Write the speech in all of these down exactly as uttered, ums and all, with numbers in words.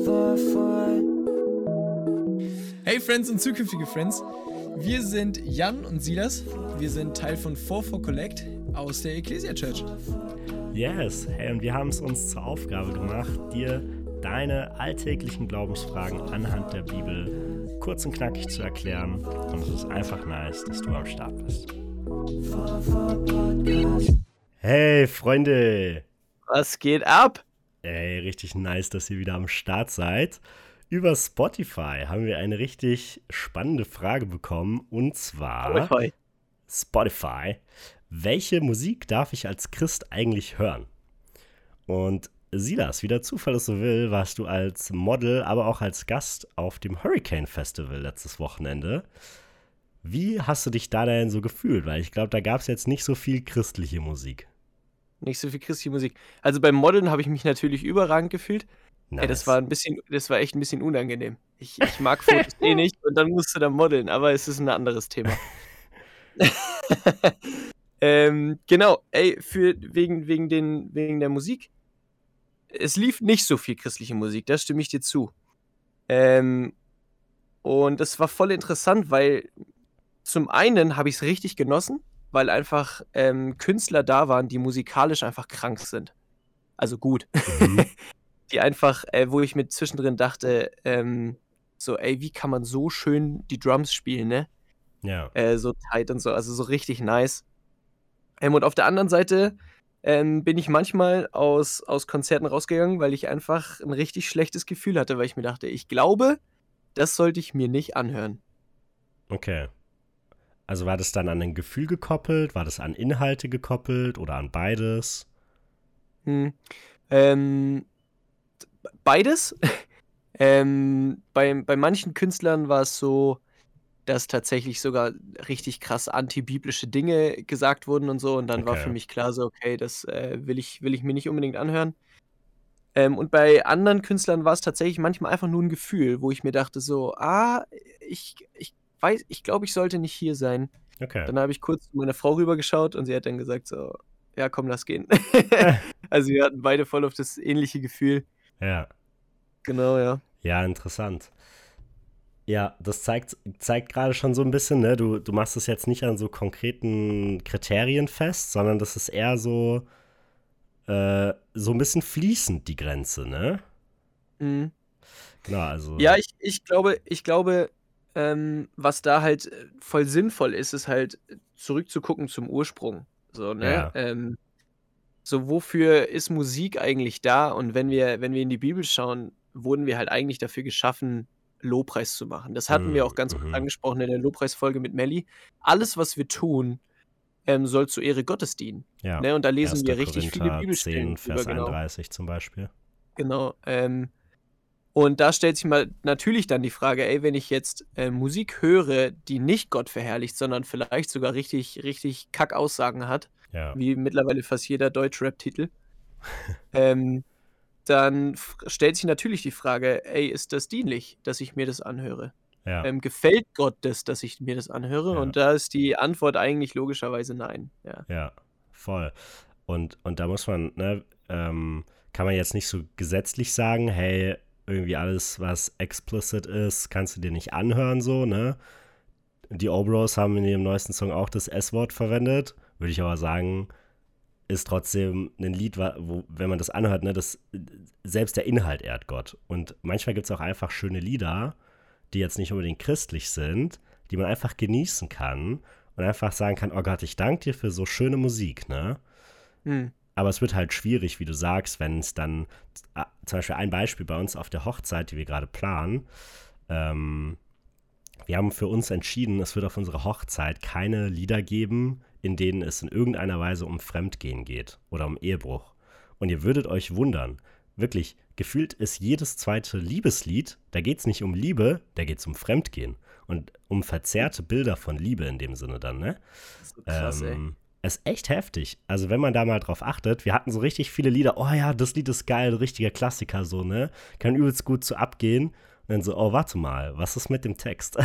Hey Friends und zukünftige Friends, wir sind Jan und Silas, wir sind Teil von four four Collect aus der Ecclesia Church. Yes, hey, und wir haben es uns zur Aufgabe gemacht, dir deine alltäglichen Glaubensfragen anhand der Bibel kurz und knackig zu erklären. Und es ist einfach nice, dass du am Start bist. Hey Freunde! Was geht ab? Ey, richtig nice, dass ihr wieder am Start seid. Über Spotify haben wir eine richtig spannende Frage bekommen, und zwar Spotify. Spotify. Welche Musik darf ich als Christ eigentlich hören? Und Silas, wie der Zufall es so will, warst du als Model, aber auch als Gast auf dem Hurricane Festival letztes Wochenende. Wie hast du dich da denn so gefühlt? Weil ich glaube, da gab es jetzt nicht so viel christliche Musik. Nicht so viel christliche Musik. Also beim Modeln habe ich mich natürlich überragend gefühlt. Nice. Ey, das war ein bisschen, das war echt ein bisschen unangenehm. Ich, ich mag Fotos eh nicht und dann musst du da modeln, aber es ist ein anderes Thema. ähm, genau, ey, für, wegen, wegen, den, wegen der Musik. Es lief nicht so viel christliche Musik, da stimme ich dir zu. Ähm, und das war voll interessant, weil zum einen habe ich es richtig genossen, weil einfach ähm, Künstler da waren, die musikalisch einfach krank sind. Also gut. Mhm. Die einfach, äh, wo ich mir zwischendrin dachte, ähm, so, ey, wie kann man so schön die Drums spielen, ne? Ja. Äh, so tight und so, also so richtig nice. Ähm, und auf der anderen Seite ähm, bin ich manchmal aus, aus Konzerten rausgegangen, weil ich einfach ein richtig schlechtes Gefühl hatte, weil ich mir dachte, ich glaube, das sollte ich mir nicht anhören. Okay. Also war das dann an ein Gefühl gekoppelt? War das an Inhalte gekoppelt oder an beides? Hm. Ähm, beides. ähm, bei, bei manchen Künstlern war es so, dass tatsächlich sogar richtig krass antibiblische Dinge gesagt wurden und so. Und dann war Okay. für mich klar so, okay, das äh, will ich, will ich mir nicht unbedingt anhören. Ähm, und bei anderen Künstlern war es tatsächlich manchmal einfach nur ein Gefühl, wo ich mir dachte so, ah, ich, ich weiß, ich glaube, ich sollte nicht hier sein. Okay. Dann habe ich kurz zu meiner Frau rübergeschaut und sie hat dann gesagt so, ja, komm, lass gehen. Also wir hatten beide voll auf das ähnliche Gefühl. Ja. Genau, ja. Ja, interessant. Ja, das zeigt, zeigt gerade schon so ein bisschen, ne? Du, du machst es jetzt nicht an so konkreten Kriterien fest, sondern das ist eher so, äh, so ein bisschen fließend, die Grenze, ne? Mhm. Genau, also. Ja, ich, ich glaube, ich glaube, ähm, was da halt äh, voll sinnvoll ist, ist halt äh, zurückzugucken zum Ursprung. So, ne? Ja. Ähm, so, wofür ist Musik eigentlich da? Und wenn wir, wenn wir in die Bibel schauen, wurden wir halt eigentlich dafür geschaffen, Lobpreis zu machen. Das hatten wir auch ganz kurz Mhm. angesprochen in der Lobpreisfolge mit Melli. Alles, was wir tun, ähm, soll zur Ehre Gottes dienen. Ja. Ne? Und da lesen erster wir richtig viele Korinther Bibelstellen zehn, Vers drüber, genau. einunddreißig zum Beispiel. Genau. Ähm, und da stellt sich mal natürlich dann die Frage, ey, wenn ich jetzt äh, Musik höre, die nicht Gott verherrlicht, sondern vielleicht sogar richtig, richtig Kackaussagen hat, Ja. wie mittlerweile fast jeder Deutsch-Rap-Titel, ähm, dann f- stellt sich natürlich die Frage, ey, ist das dienlich, dass ich mir das anhöre? Ja. Ähm, gefällt Gott das, dass ich mir das anhöre? Ja. Und da ist die Antwort eigentlich logischerweise nein. Ja. Ja, voll. Und, und da muss man, ne, ähm, kann man jetzt nicht so gesetzlich sagen, hey, irgendwie alles, was explicit ist, kannst du dir nicht anhören, so, ne? Die Obros haben in ihrem neuesten Song auch das S-Wort verwendet, würde ich aber sagen, ist trotzdem ein Lied, wo, wenn man das anhört, ne, das, selbst der Inhalt ehrt Gott. Und manchmal gibt es auch einfach schöne Lieder, die jetzt nicht unbedingt christlich sind, die man einfach genießen kann und einfach sagen kann, oh Gott, ich danke dir für so schöne Musik, ne? Hm. Aber es wird halt schwierig, wie du sagst, wenn es dann, äh, zum Beispiel ein Beispiel bei uns auf der Hochzeit, die wir gerade planen, ähm, wir haben für uns entschieden, es wird auf unserer Hochzeit keine Lieder geben, in denen es in irgendeiner Weise um Fremdgehen geht oder um Ehebruch. Und ihr würdet euch wundern, wirklich, gefühlt ist jedes zweite Liebeslied, da geht es nicht um Liebe, da geht es um Fremdgehen. Und um verzerrte Bilder von Liebe in dem Sinne dann, ne? So krass, ähm, ist echt heftig. Also wenn man da mal drauf achtet, wir hatten so richtig viele Lieder, oh ja, das Lied ist geil, richtiger Klassiker so, ne? Kann übelst gut so abgehen. Und dann so, oh, warte mal, was ist mit dem Text?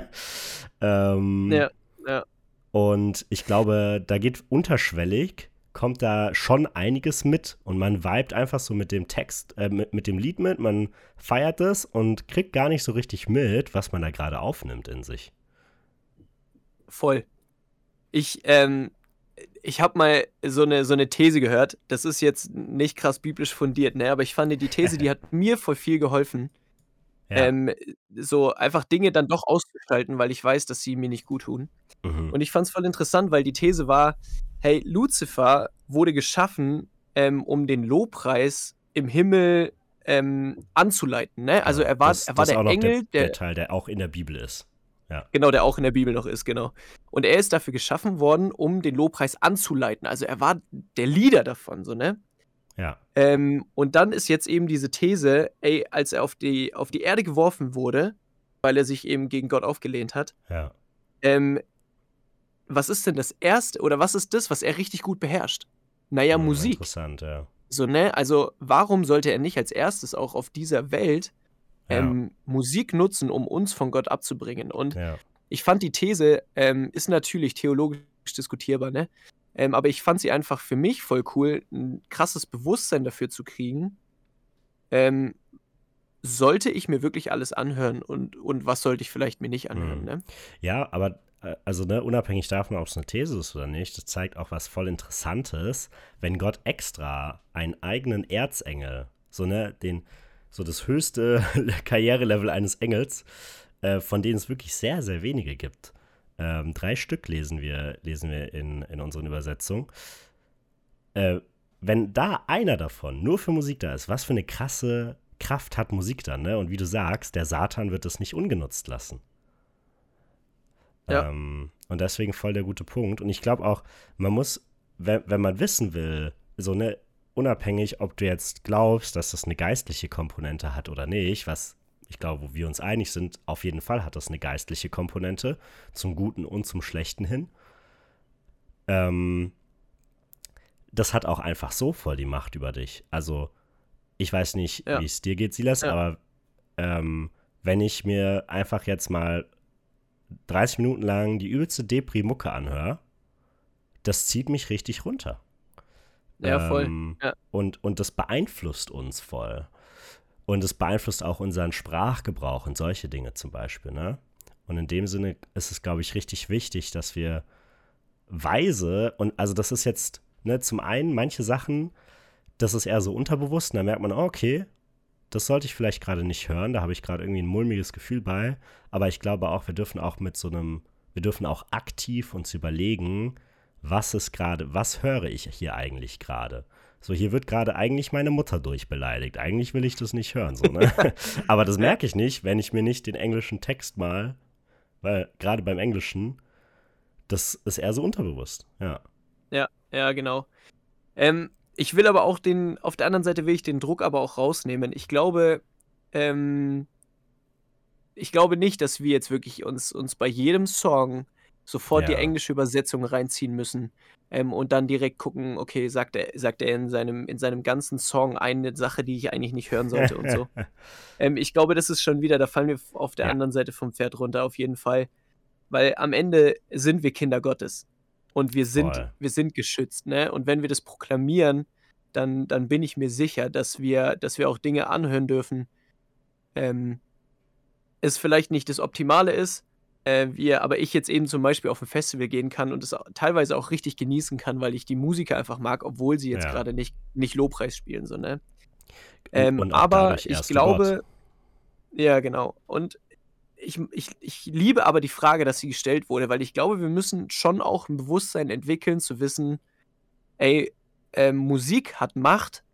ähm, ey. Ja, ja. Und ich glaube, da geht unterschwellig kommt da schon einiges mit und man vibet einfach so mit dem Text, äh, mit, mit dem Lied mit, man feiert es und kriegt gar nicht so richtig mit, was man da gerade aufnimmt in sich. Voll. Ich, ähm, ich habe mal so eine, so eine These gehört, das ist jetzt nicht krass biblisch fundiert, ne, aber ich fand die These, die hat mir voll viel geholfen, Ja. ähm, so einfach Dinge dann doch auszuschalten, weil ich weiß, dass sie mir nicht gut tun. Mhm. Und ich fand es voll interessant, weil die These war, hey, Luzifer wurde geschaffen, ähm, um den Lobpreis im Himmel ähm, anzuleiten. Ne? Also Genau. er war, das, er war das ist der auch noch Engel, der, der, der Teil, der auch in der Bibel ist. Ja. genau, der auch in der Bibel noch ist, genau. Und er ist dafür geschaffen worden, um den Lobpreis anzuleiten. Also er war der Leader davon, so, ne? Ja. Ähm, und dann ist jetzt eben diese These, ey, als er auf die, auf die Erde geworfen wurde, weil er sich eben gegen Gott aufgelehnt hat, Ja. ähm, was ist denn das Erste oder was ist das, was er richtig gut beherrscht? Naja, Hm, Musik. Interessant, ja. So, ne? Also, warum sollte er nicht als erstes auch auf dieser Welt Ja. ähm, Musik nutzen, um uns von Gott abzubringen? Und Ja. ich fand die These, ähm, ist natürlich theologisch diskutierbar, ne? Ähm, aber ich fand sie einfach für mich voll cool, ein krasses Bewusstsein dafür zu kriegen. Ähm, sollte ich mir wirklich alles anhören und, und was sollte ich vielleicht mir nicht anhören, Hm. ne? Ja, aber äh, also ne, unabhängig davon, ob es eine These ist oder nicht, das zeigt auch was voll Interessantes, wenn Gott extra einen eigenen Erzengel, so ne, den, so das höchste Karrierelevel eines Engels, äh, von denen es wirklich sehr, sehr wenige gibt. Ähm, drei Stück lesen wir, lesen wir in, in unseren Übersetzungen. Äh, wenn da einer davon nur für Musik da ist, was für eine krasse Kraft hat Musik dann, ne? Und wie du sagst, der Satan wird es nicht ungenutzt lassen. Ja. Ähm, und deswegen voll der gute Punkt. Und ich glaube auch, man muss, wenn, wenn man wissen will, so ne, unabhängig, ob du jetzt glaubst, dass das eine geistliche Komponente hat oder nicht, was ich glaube, wo wir uns einig sind, auf jeden Fall hat das eine geistliche Komponente, zum Guten und zum Schlechten hin. Ähm, das hat auch einfach so voll die Macht über dich. Also, ich weiß nicht, Ja. wie es dir geht, Silas, Ja. aber ähm, wenn ich mir einfach jetzt mal dreißig Minuten lang die übelste Depri-Mucke anhöre, das zieht mich richtig runter. Ja, voll. Ähm, Ja. und, und das beeinflusst uns voll. Und es beeinflusst auch unseren Sprachgebrauch und solche Dinge zum Beispiel, ne? Und in dem Sinne ist es, glaube ich, richtig wichtig, dass wir weise, und also das ist jetzt, ne, zum einen manche Sachen, das ist eher so unterbewusst, und da merkt man, oh, okay, das sollte ich vielleicht gerade nicht hören, da habe ich gerade irgendwie ein mulmiges Gefühl bei, aber ich glaube auch, wir dürfen auch mit so einem, wir dürfen auch aktiv uns überlegen, was ist gerade, was höre ich hier eigentlich gerade? So, hier wird gerade eigentlich meine Mutter durchbeleidigt. Eigentlich will ich das nicht hören, so, ne? Aber das merke ich nicht, wenn ich mir nicht den englischen Text mal, weil gerade beim Englischen, das ist eher so unterbewusst, ja. Ja, ja, genau. Ähm, ich will aber auch den, auf der anderen Seite will ich den Druck aber auch rausnehmen. Ich glaube, ähm, ich glaube nicht, dass wir jetzt wirklich uns, uns bei jedem Song sofort die Ja. englische Übersetzung reinziehen müssen ähm, und dann direkt gucken, okay, sagt er, sagt er in seinem, in seinem ganzen Song eine Sache, die ich eigentlich nicht hören sollte und so. Ähm, ich glaube, das ist schon wieder, da fallen wir auf der Ja. anderen Seite vom Pferd runter, auf jeden Fall. Weil am Ende sind wir Kinder Gottes. Und wir sind, Voll. wir sind geschützt, ne? Und wenn wir das proklamieren, dann, dann bin ich mir sicher, dass wir, dass wir auch Dinge anhören dürfen. Ähm, es vielleicht nicht das Optimale ist, äh, wir, aber ich jetzt eben zum Beispiel auf ein Festival gehen kann und es au- teilweise auch richtig genießen kann, weil ich die Musiker einfach mag, obwohl sie jetzt Ja. gerade nicht, nicht Lobpreis spielen, so, ne? Und, Ähm, und auch aber dadurch ich erst glaube, Gott. ja, genau. Und ich, ich, ich liebe aber die Frage, dass sie gestellt wurde, weil ich glaube, wir müssen schon auch ein Bewusstsein entwickeln, zu wissen, ey, ähm, Musik hat Macht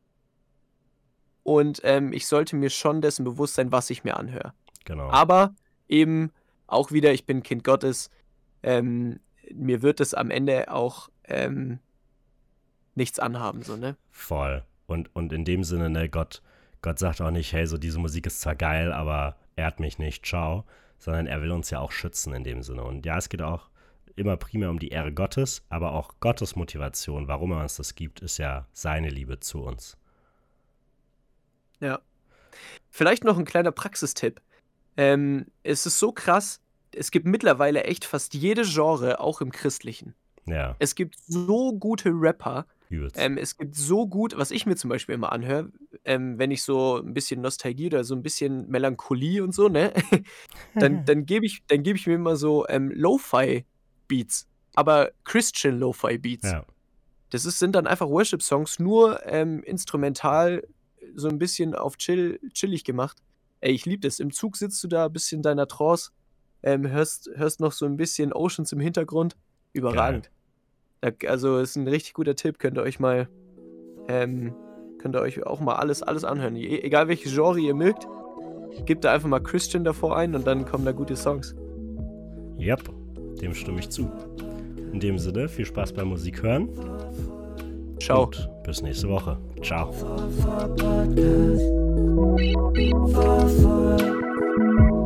und ähm, ich sollte mir schon dessen bewusst sein, was ich mir anhöre. Genau. Aber eben auch wieder, ich bin Kind Gottes, ähm, mir wird es am Ende auch ähm, nichts anhaben, so, ne? Voll. Und, und in dem Sinne, ne, Gott, Gott sagt auch nicht, hey, so diese Musik ist zwar geil, aber ehrt mich nicht, ciao, sondern er will uns ja auch schützen in dem Sinne. Und ja, es geht auch immer primär um die Ehre Gottes, aber auch Gottes Motivation, warum er uns das gibt, ist ja seine Liebe zu uns. Ja. Vielleicht noch ein kleiner Praxistipp. Ähm, es ist so krass, es gibt mittlerweile echt fast jede Genre, auch im Christlichen. Ja, Es gibt so gute Rapper. übelst. Ähm, es gibt so gut, was ich mir zum Beispiel immer anhöre, ähm, wenn ich so ein bisschen Nostalgie oder so ein bisschen Melancholie und so, ne? Dann, dann gebe ich, dann gebe ich mir immer so ähm, Lo-Fi-Beats, aber Christian Lo-Fi-Beats. Ja, Das ist, sind dann einfach Worship-Songs, nur ähm, instrumental, so ein bisschen auf chill, chillig gemacht. Ey, ich liebe das. Im Zug sitzt du da, ein bisschen in deiner Trance, ähm, hörst, hörst noch so ein bisschen Oceans im Hintergrund. Überragend. Da, also ist ein richtig guter Tipp, könnt ihr euch mal, ähm, könnt ihr euch auch mal alles, alles anhören. E egal welches Genre ihr mögt, gebt da einfach mal Christian davor ein und dann kommen da gute Songs. yep, dem stimme ich zu. In dem Sinne, viel Spaß beim Musik hören. Ciao. Und bis nächste Woche. Ciao. Four, four podcast. Four, four.